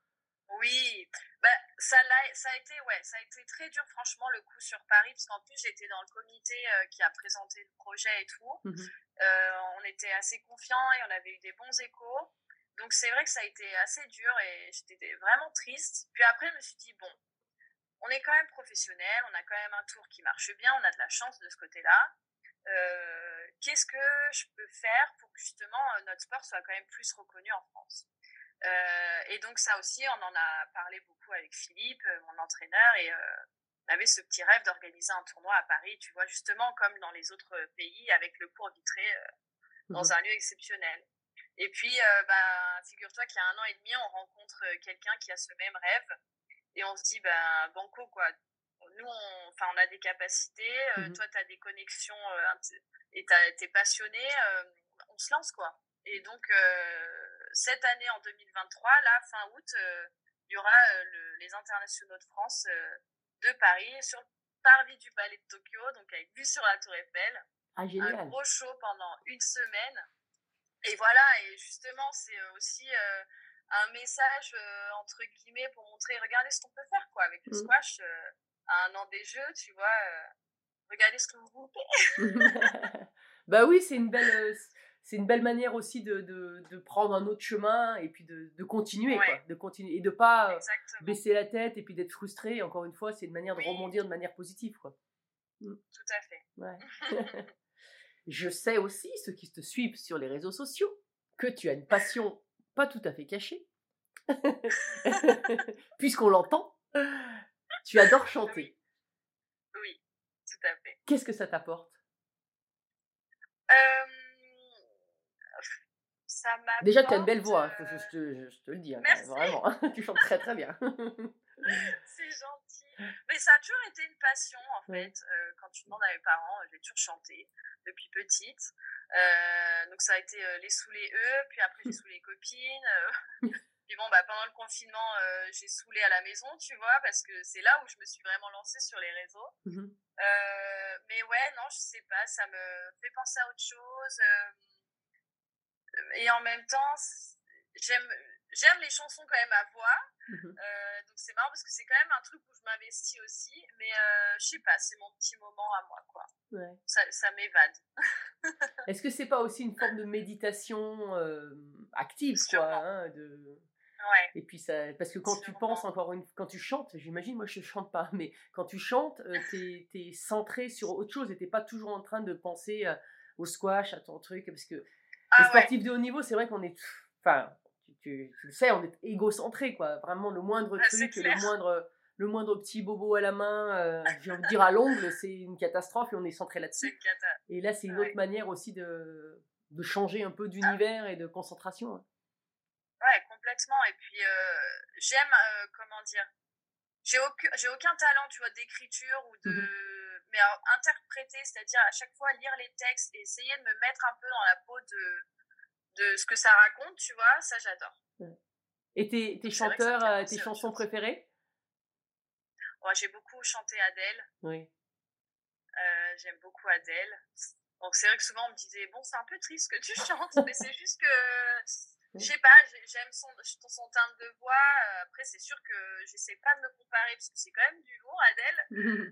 Oui, bah, ça a été très dur, franchement, le coup sur Paris, parce qu'en plus, j'étais dans le comité qui a présenté le projet et tout. Mhm. On était assez confiants et on avait eu des bons échos. Donc, c'est vrai que ça a été assez dur et j'étais vraiment triste. Puis après, je me suis dit, bon, on est quand même professionnel, on a quand même un tour qui marche bien, on a de la chance de ce côté-là. Qu'est-ce que je peux faire pour que justement notre sport soit quand même plus reconnu en France? Et donc ça aussi, on en a parlé beaucoup avec Philippe, mon entraîneur, et on avait ce petit rêve d'organiser un tournoi à Paris, tu vois, justement comme dans les autres pays, avec le cours vitré dans un lieu exceptionnel. Et puis, figure-toi qu'il y a 1 an et demi, on rencontre quelqu'un qui a ce même rêve, et on se dit, banco, quoi. Nous, on a des capacités, toi, tu as des connexions, et t'es passionné, on se lance, quoi. Et donc, cette année, en 2023, là, fin août, il y aura les internationaux de France de Paris, sur le parvis du Palais de Tokyo, donc avec vue sur la Tour Eiffel. Ah, génial. Un gros show pendant 1 semaine. Et voilà, et justement, c'est aussi un message, entre guillemets, pour montrer, regardez ce qu'on peut faire, quoi, avec le squash, à 1 an des Jeux, tu vois, regardez ce que vous faites. Bah oui, c'est une belle manière aussi de prendre un autre chemin et puis de continuer, Ouais. quoi, de continuer et de pas Exactement. baisser la tête et puis d'être frustré. Encore une fois, c'est une manière de Oui. rebondir de manière positive, quoi. Tout à fait. Ouais. Je sais aussi, ceux qui te suivent sur les réseaux sociaux, que tu as une passion pas tout à fait cachée, puisqu'on l'entend. Tu adores chanter. Oui, tout à fait. Qu'est-ce que ça t'apporte? Ça m'apporte... Déjà, tu as une belle voix, je te le dis, hein, Merci. vraiment. Tu chantes très très bien. C'est gentil. Mais ça a toujours été une passion, en fait. Quand tu demandes à mes parents, j'ai toujours chanté depuis petite. Donc ça a été les saoulés eux, puis après j'ai saoulé les copines. Puis bon, pendant le confinement, j'ai saoulé à la maison, tu vois, parce que c'est là où je me suis vraiment lancée sur les réseaux. Mais ouais, non, je sais pas, ça me fait penser à autre chose. Et en même temps, j'aime les chansons quand même à voix. Donc c'est marrant parce que c'est quand même un truc où je m'investis aussi. Mais je sais pas, c'est mon petit moment à moi, quoi. Ouais. Ça m'évade. Est-ce que c'est pas aussi une forme de méditation active, Sûrement. quoi, hein, Ouais. Et puis ça, parce que quand tu penses quand tu chantes, j'imagine, moi je chante pas, mais quand tu chantes, t'es centré sur autre chose et t'es pas toujours en train de penser au squash, à ton truc, parce que les sportifs de haut niveau, c'est vrai qu'on est, enfin, tu le sais, on est égocentré, quoi. Vraiment, le moindre truc, le moindre petit bobo à la main, j'ai envie de dire à l'ongle, c'est une catastrophe et on est centré là-dessus. Et là, c'est une autre manière aussi de changer un peu d'univers et de concentration. Hein. Ouais, complètement. Et puis, j'aime, comment dire, j'ai aucun talent, tu vois, d'écriture ou de... Mais interpréter, c'est-à-dire à chaque fois lire les textes et essayer de me mettre un peu dans la peau de ce que ça raconte, tu vois, ça j'adore. Et tes chanteurs, tes chansons préférées? J'ai beaucoup chanté Adèle. Oui. J'aime beaucoup Adèle. Donc c'est vrai que souvent on me disait, bon, c'est un peu triste que tu chantes, mais c'est juste que, je sais pas, j'aime son timbre de voix. Après, c'est sûr que j'essaie pas de me comparer parce que c'est quand même du lourd, Adèle.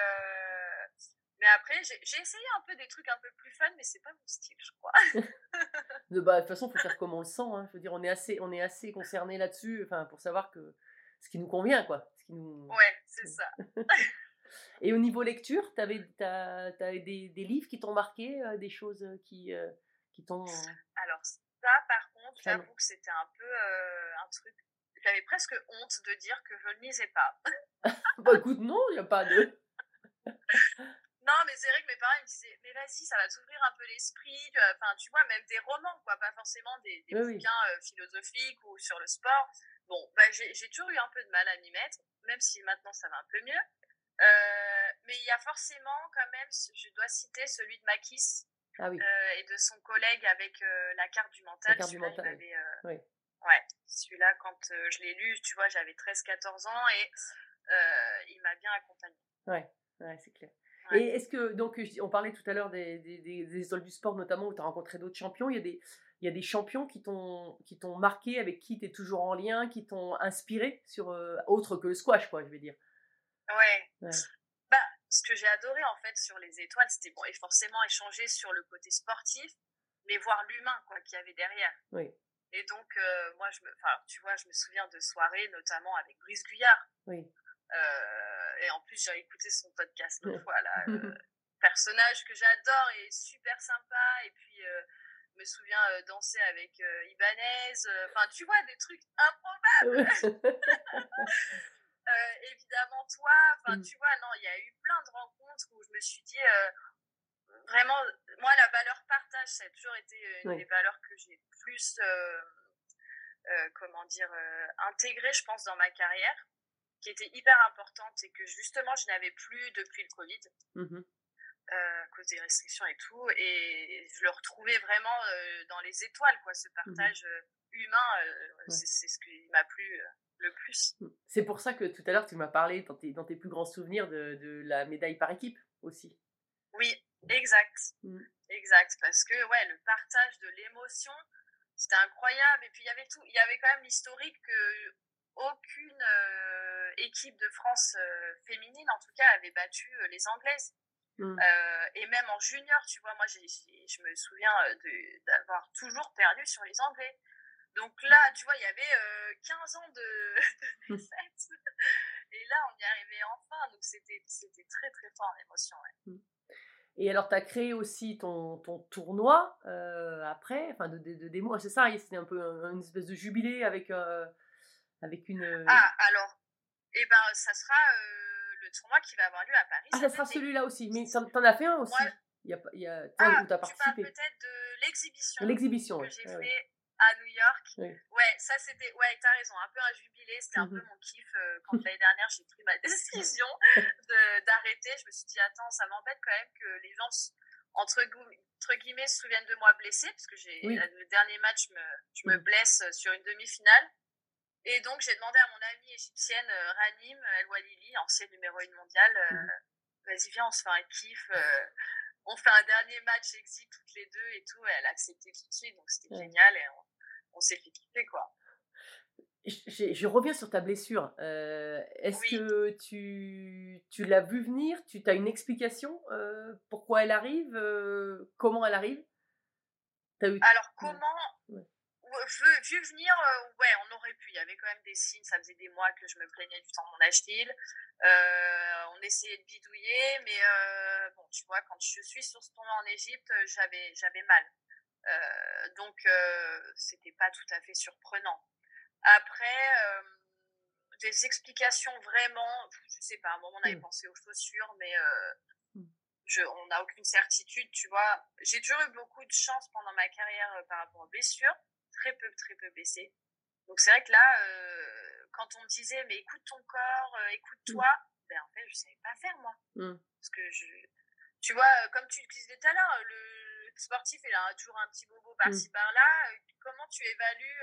Mais après, j'ai essayé un peu des trucs un peu plus fun, mais c'est pas mon style, je crois. De toute façon, il faut faire comme on le sent. Hein. Je veux dire, on est assez concerné là-dessus, pour savoir que ce qui nous convient, quoi. Ouais, c'est ça. Et au niveau lecture, t'avais des livres qui t'ont marqué, des choses qui t'ont... Alors ça, par contre, j'avoue que c'était un peu un truc... J'avais presque honte de dire que je ne lisais pas. Bah écoute, non, il n'y a pas de... Non, mais c'est vrai que mes parents ils me disaient, mais vas-y, ça va t'ouvrir un peu l'esprit. Enfin, tu vois, même des romans, quoi, pas forcément des bouquins philosophiques ou sur le sport. Bon, j'ai toujours eu un peu de mal à m'y mettre, même si maintenant ça va un peu mieux. Mais il y a forcément quand même, je dois citer celui de Makis et de son collègue avec la carte du mental. La carte du mental, Ouais, celui-là, quand je l'ai lu, tu vois, j'avais 13-14 ans et il m'a bien accompagnée. Ouais, c'est clair. Ouais. Et est-ce que, donc, on parlait tout à l'heure des écoles du sport, notamment, où tu as rencontré d'autres champions. Il il y a des champions qui t'ont marqué, avec qui tu es toujours en lien, qui t'ont inspiré sur autre que le squash, quoi, je vais dire. Ouais. Bah, ce que j'ai adoré en fait sur les étoiles, c'était bon, et forcément échanger sur le côté sportif, mais voir l'humain quoi qu'il y avait derrière. Oui. Et donc moi, tu vois, je me souviens de soirées, notamment avec Brice Guyard. Oui. Et en plus, j'ai écouté son podcast l'autre fois là. Personnage que j'adore et super sympa. Et puis, je me souviens danser avec Ibanez. Enfin, tu vois, des trucs improbables. Évidemment, toi. Enfin, tu vois, non, il y a eu plein de rencontres où je me suis dit, vraiment, moi, la valeur partage, ça a toujours été une des valeurs que j'ai plus, intégrée, je pense, dans ma carrière, qui était hyper importante et que justement, je n'avais plus depuis le Covid. À cause des restrictions et tout, et je le retrouvais vraiment dans les étoiles, quoi, ce partage humain, c'est ce qui m'a plu le plus. C'est pour ça que tout à l'heure tu m'as parlé dans tes plus grands souvenirs de la médaille par équipe aussi. Oui, exact. Exact, parce que ouais, le partage de l'émotion, c'était incroyable. Et puis il y avait quand même l'historique que aucune équipe de France féminine, en tout cas, avait battu les Anglaises. Et même en junior, tu vois, moi je me souviens d'avoir toujours perdu sur les Anglais. Donc là, tu vois, il y avait 15 ans de défaite. Et là, on y arrivait enfin. Donc c'était très très fort l'émotion. Ouais. Et alors, tu as créé aussi ton tournoi après, enfin de démo, c'est ça, c'était un peu une espèce de jubilé avec une... Ah, alors, ça sera le tournoi qui va avoir lieu à Paris. Ah, ça sera celui-là aussi, mais t'en as fait un aussi. Où tu as participé. Tu parles peut-être de l'exhibition que j'ai fait à New York. Ouais, ça c'était, ouais, t'as raison, un peu un jubilé, c'était un peu mon kiff quand l'année dernière j'ai pris ma décision d'arrêter. Je me suis dit, attends, ça m'embête quand même que les gens, entre guillemets, se souviennent de moi blessée, parce que le dernier match, je me blesse sur une demi-finale. Et donc, j'ai demandé à mon amie égyptienne, Ranim El Walili, ancienne numéro 1 mondiale, vas-y, viens, on se fait un kiff, on fait un dernier match exit toutes les deux et tout. Et elle a accepté tout de suite, donc c'était génial et on s'est fait kiffer, quoi. Je reviens sur ta blessure. Est-ce que tu l'as vu venir? Tu as une explication pourquoi elle arrive? Comment elle arrive? Alors, comment vu venir, ouais, on aurait pu. Il y avait quand même des signes. Ça faisait des mois que je me plaignais du tendon d'Achille. On essayait de bidouiller, mais bon, tu vois, quand je suis sur ce tournoi en Égypte, j'avais mal. Donc, c'était pas tout à fait surprenant. Après, des explications vraiment, je sais pas, à un moment on avait pensé aux chaussures, mais on n'a aucune certitude, tu vois. J'ai toujours eu beaucoup de chance pendant ma carrière par rapport aux blessures, très peu blessée. Donc c'est vrai que là, quand on me disait, mais écoute ton corps, écoute-toi, ben en fait je savais pas faire moi. Parce que tu vois, comme tu disais tout à l'heure, le sportif il a toujours un petit bobo par-ci par-là. Comment tu évalues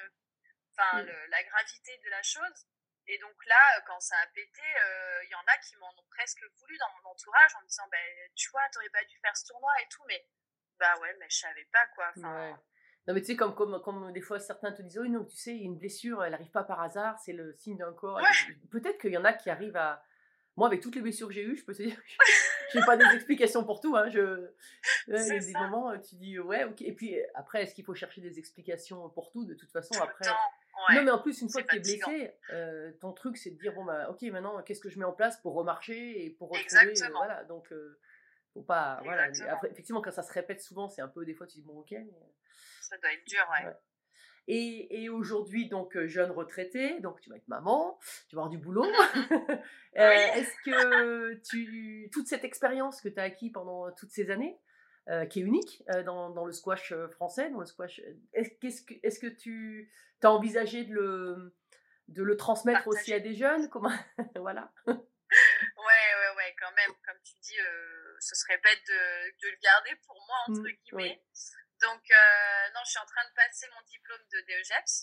la gravité de la chose? Et donc là, quand ça a pété, il y en a qui m'en ont presque voulu dans mon entourage en me disant, tu vois, t'aurais pas dû faire ce tournoi et tout, mais bah ouais, mais je savais pas quoi. Non, mais tu sais, comme des fois certains te disent, oui, non, tu sais, une blessure, elle n'arrive pas par hasard, c'est le signe d'un corps. Peut-être qu'il y en a qui arrivent à... Moi, avec toutes les blessures que j'ai eues, je peux te dire, je n'ai pas des explications pour tout. Hein. Il y a des moments, tu dis, ouais, ok. Et puis après, est-ce qu'il faut chercher des explications pour tout? De toute façon, tout après... Ouais, non, mais en plus, une fois que tu es blessé, ton truc, c'est de dire, bon, bah, ok, maintenant, qu'est-ce que je mets en place pour remarcher et pour retrouver... voilà, donc, faut pas... Voilà. Après, effectivement, quand ça se répète souvent, c'est un peu, des fois, tu dis, bon, ok. Mais... ça doit être dur, ouais. Et aujourd'hui, donc, jeune retraitée, donc tu vas être maman, tu vas avoir du boulot. Est-ce que toute cette expérience que tu as acquis pendant toutes ces années, qui est unique dans le squash français, dans le squash, est-ce que tu as envisagé de le transmettre aussi à des jeunes? Comment voilà. Ouais, quand même, comme tu dis, ce serait bête de le garder pour moi, entre guillemets. Donc, non, je suis en train de passer mon diplôme de DEGEPS,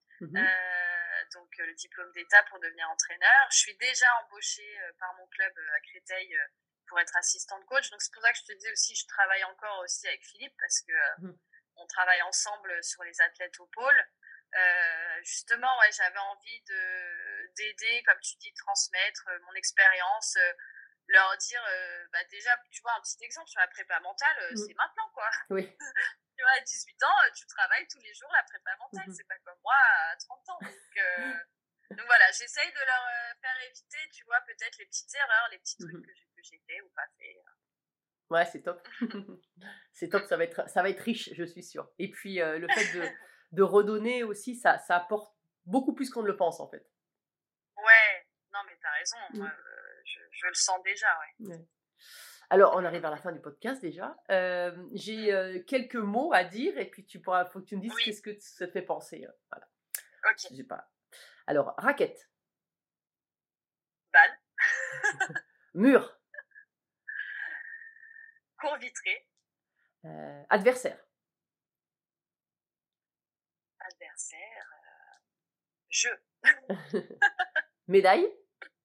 donc le diplôme d'État pour devenir entraîneur. Je suis déjà embauchée par mon club à Créteil pour être assistante coach. Donc, c'est pour ça que je te disais aussi, je travaille encore aussi avec Philippe parce que on travaille ensemble sur les athlètes au pôle. Justement, ouais, j'avais envie d'aider, comme tu dis, transmettre mon expérience, leur dire, déjà, tu vois, un petit exemple sur la prépa mentale, c'est maintenant, quoi. Oui. Tu vois, à 18 ans, tu travailles tous les jours la prépa mentale, c'est pas comme moi à 30 ans. Donc voilà, j'essaye de leur faire éviter, tu vois, peut-être les petites erreurs, les petits trucs que j'ai fait ou pas fait. Ouais, c'est top. C'est top, ça va être riche, je suis sûre. Et puis, le fait de redonner aussi, ça apporte beaucoup plus qu'on ne le pense, en fait. Ouais, non, mais t'as raison. Moi, je le sens déjà, ouais. Ouais. Alors, on arrive à la fin du podcast déjà. J'ai quelques mots à dire et puis faut que tu me dises qu'est-ce que ça te fait penser. Voilà. Ok. Je sais pas. Alors, raquette. Balle. Mur. Cours vitré. Adversaire. Adversaire. Jeu. Médaille.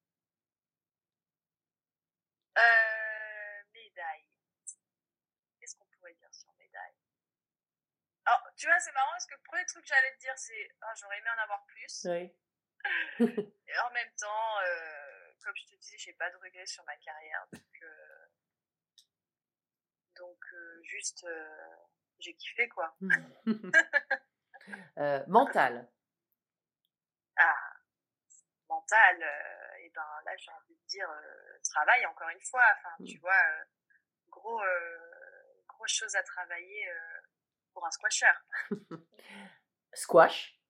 Médaille. Qu'est-ce qu'on pourrait dire sur médaille? Alors, tu vois, c'est marrant parce que le premier truc que j'allais te dire, c'est j'aurais aimé en avoir plus. Oui. Et en même temps, comme je te disais, j'ai pas de regrets sur ma carrière. Donc juste, j'ai kiffé, quoi. Mental. Mental, et ben là, j'ai envie de dire travail, encore une fois. Enfin, tu vois, grosse chose à travailler pour un squasher. Squash.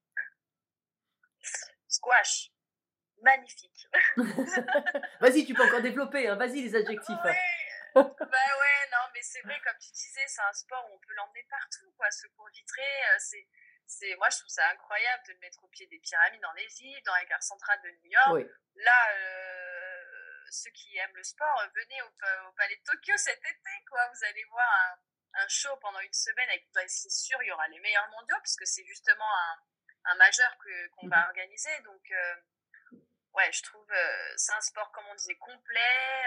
Squash. Magnifique. Vas-y, tu peux encore développer, hein. Vas-y les adjectifs. Ouais. Bah ouais, non, mais c'est vrai, comme tu disais, c'est un sport où on peut l'emmener partout, quoi. Ce cours vitré, moi, je trouve ça incroyable de le mettre au pied des pyramides en Égypte, dans la gare centrale de New York. Oui. Là, ceux qui aiment le sport, venez au Palais de Tokyo cet été, quoi. Vous allez voir un show pendant une semaine c'est sûr, il y aura les meilleurs mondiaux, puisque c'est justement un majeur qu'on va organiser. Donc, ouais, je trouve c'est un sport, comme on disait, complet,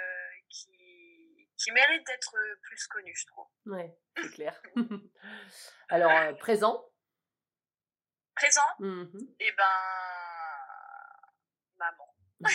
qui mérite d'être plus connu, je trouve. Ouais, c'est clair. Alors, présent. Présent, eh ben, maman.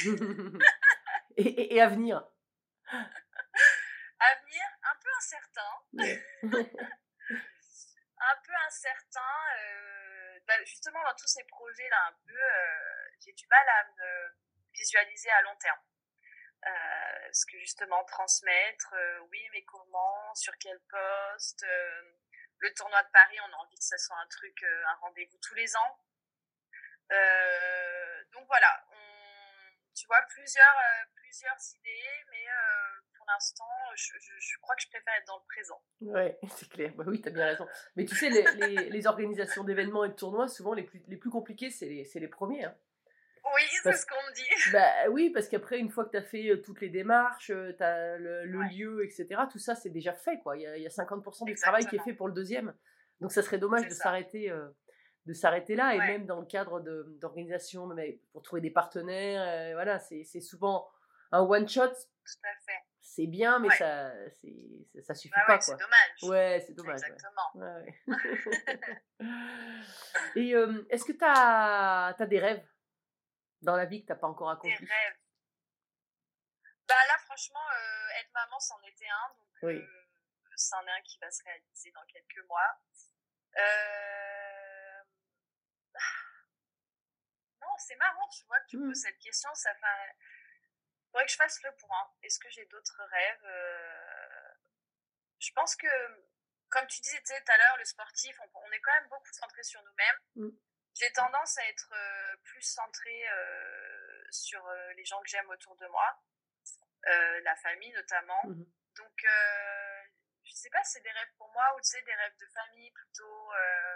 et à venir. Avenir, un peu incertain. Un peu incertain. Justement, dans tous ces projets-là, un peu, j'ai du mal à me visualiser à long terme. Parce que justement, transmettre, oui, mais comment, sur quel poste, le tournoi de Paris, on a envie que ça soit un truc, un rendez-vous tous les ans. Donc voilà, tu vois, plusieurs idées, mais pour l'instant, je crois que je préfère être dans le présent. Ouais, c'est clair. Bah oui, t'as bien raison. Mais tu sais, les organisations d'événements et de tournois, souvent les plus compliqués, c'est les premiers. Hein. Oui, c'est ce qu'on me dit. Bah oui, parce qu'après, une fois que tu as fait toutes les démarches, tu as le lieu, etc., tout ça, c'est déjà fait, quoi. Il y a 50% du travail qui est fait pour le deuxième. Donc, ça serait dommage de s'arrêter là. Et même dans le cadre d'organisation, pour trouver des partenaires, voilà, c'est souvent un one-shot. Tout à fait. C'est bien, mais ça suffit pas, quoi. C'est dommage. Ouais, c'est dommage. Exactement. Ouais. Et est-ce que tu as des rêves dans la vie que tu n'as pas encore accompli? Des rêves. Bah là, franchement, être maman, c'en était un. Donc, c'en est un qui va se réaliser dans quelques mois. Non, c'est marrant, tu vois, que tu poses cette question. Ça fait... faudrait que je fasse le point. Est-ce que j'ai d'autres rêves? Je pense que, comme tu disais tout à l'heure, le sportif, on est quand même beaucoup centré sur nous-mêmes. J'ai tendance à être plus centrée sur les gens que j'aime autour de moi, la famille notamment. Donc, je sais pas si c'est des rêves pour moi ou des rêves de famille plutôt,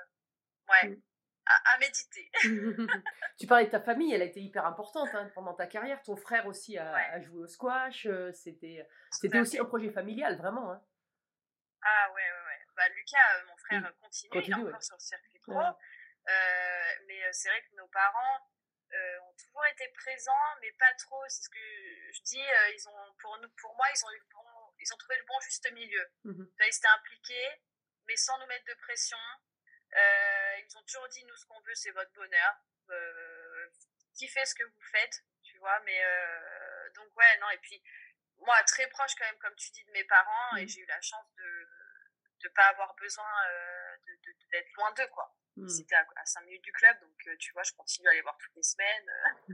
à méditer. Tu parlais de ta famille, elle a été hyper importante pendant ta carrière. Ton frère aussi a joué au squash. C'était aussi un projet familial, vraiment. Hein. Ah ouais. Bah, Lucas, mon frère, continue, il est encore sur le circuit pro. Ouais. Mais c'est vrai que nos parents ont toujours été présents, mais pas trop. C'est ce que je dis. Pour moi, ils ont trouvé le bon juste milieu. Ils étaient impliqués, mais sans nous mettre de pression. Ils nous ont toujours dit, nous, ce qu'on veut, c'est votre bonheur. Kiffez ce que vous faites, tu vois. Mais donc, ouais, non. Et puis, moi, très proche, quand même, comme tu dis, de mes parents, et j'ai eu la chance de ne pas avoir besoin d'être loin d'eux, quoi. C'était à 5 minutes du club, donc tu vois, je continue à les voir toutes les semaines.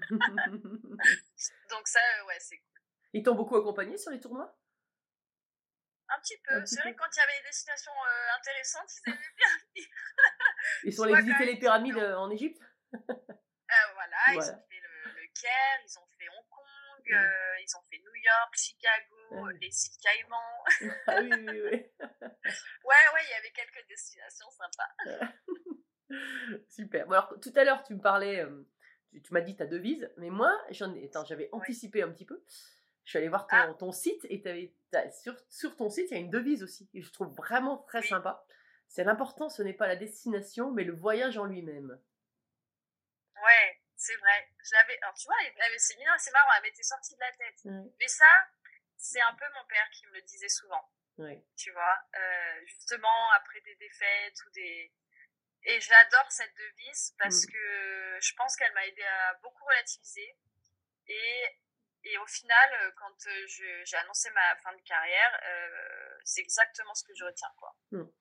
Donc ça, ouais, c'est cool. Ils t'ont beaucoup accompagné sur les tournois? Un petit peu. C'est vrai que quand il y avait des destinations intéressantes, ils aimaient bien venir. Ils sont allés visiter les pyramides en Égypte? Voilà, ils ont fait le Caire, ils ont fait Hong Kong, ils ont fait New York, Chicago, les îles Caïmans. Ah oui. Ouais, il y avait quelques destinations sympas. Super. Bon, alors, tout à l'heure, tu me parlais, tu m'as dit ta devise, mais moi, j'avais anticipé un petit peu. Je suis allée voir ton site et sur ton site, il y a une devise aussi, que je trouve vraiment très sympa. C'est l'important, ce n'est pas la destination, mais le voyage en lui-même. Ouais, c'est vrai. Alors, tu vois, c'est marrant, elle m'était sortie de la tête. Mais ça, c'est un peu mon père qui me le disait souvent. Tu vois, justement, après des défaites ou des... Et j'adore cette devise parce que je pense qu'elle m'a aidé à beaucoup relativiser. Et au final, quand j'ai annoncé ma fin de carrière, c'est exactement ce que je retiens, quoi.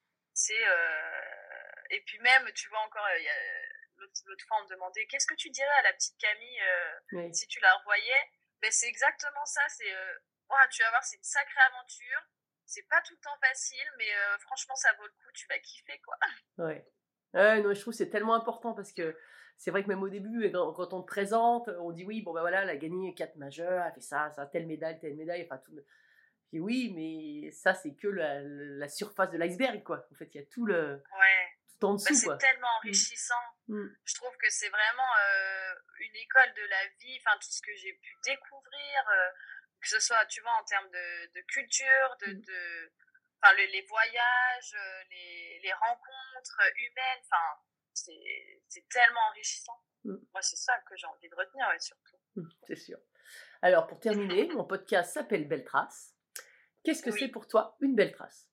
Et puis même, tu vois, encore, l'autre fois, on me demandait « Qu'est-ce que tu dirais à la petite Camille si tu la revoyais ?» Ben, c'est exactement ça. Tu vas voir, c'est une sacrée aventure. C'est pas tout le temps facile, mais franchement, ça vaut le coup. Tu vas kiffer, quoi. Ouais. Non, je trouve que c'est tellement important parce que c'est vrai que même au début, quand on te présente, on dit oui, bon ben voilà, elle a gagné 4 majeurs, elle a fait ça, telle médaille, enfin tout. Puis oui, mais ça c'est que la surface de l'iceberg, quoi. En fait, il y a tout tout en dessous, quoi. C'est tellement enrichissant. Je trouve que c'est vraiment une école de la vie, enfin tout ce que j'ai pu découvrir, que ce soit, tu vois, en termes de culture, les voyages, les rencontres humaines, enfin, c'est tellement enrichissant. Moi, c'est ça que j'ai envie de retenir, surtout. C'est sûr. Alors, pour terminer, mon podcast s'appelle Belle Trace. Qu'est-ce que c'est pour toi une belle trace?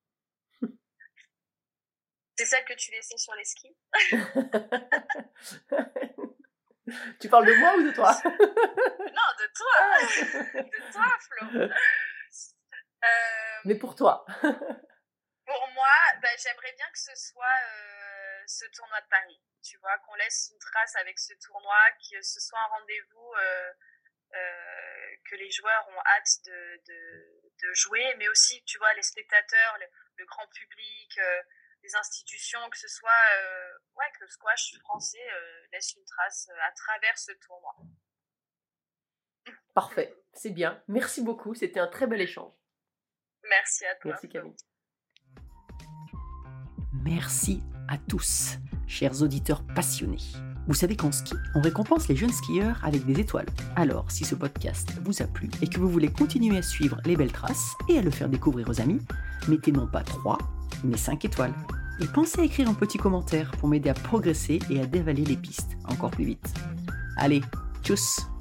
C'est celle que tu laissais sur les skis? Tu parles de moi ou de toi? Non, de toi. De toi, Flo. Mais pour toi? Pour moi, j'aimerais bien que ce soit ce tournoi de Paris. Tu vois, qu'on laisse une trace avec ce tournoi, que ce soit un rendez-vous que les joueurs ont hâte de jouer, mais aussi, tu vois, les spectateurs, le grand public, les institutions, que ce soit que le squash français laisse une trace à travers ce tournoi. Parfait, c'est bien. Merci beaucoup, c'était un très bel échange. Merci à toi. Merci Camille. Merci à tous, chers auditeurs passionnés. Vous savez qu'en ski, on récompense les jeunes skieurs avec des étoiles. Alors, si ce podcast vous a plu et que vous voulez continuer à suivre les belles traces et à le faire découvrir aux amis, mettez non pas 3, mais 5 étoiles. Et pensez à écrire un petit commentaire pour m'aider à progresser et à dévaler les pistes encore plus vite. Allez, tchuss!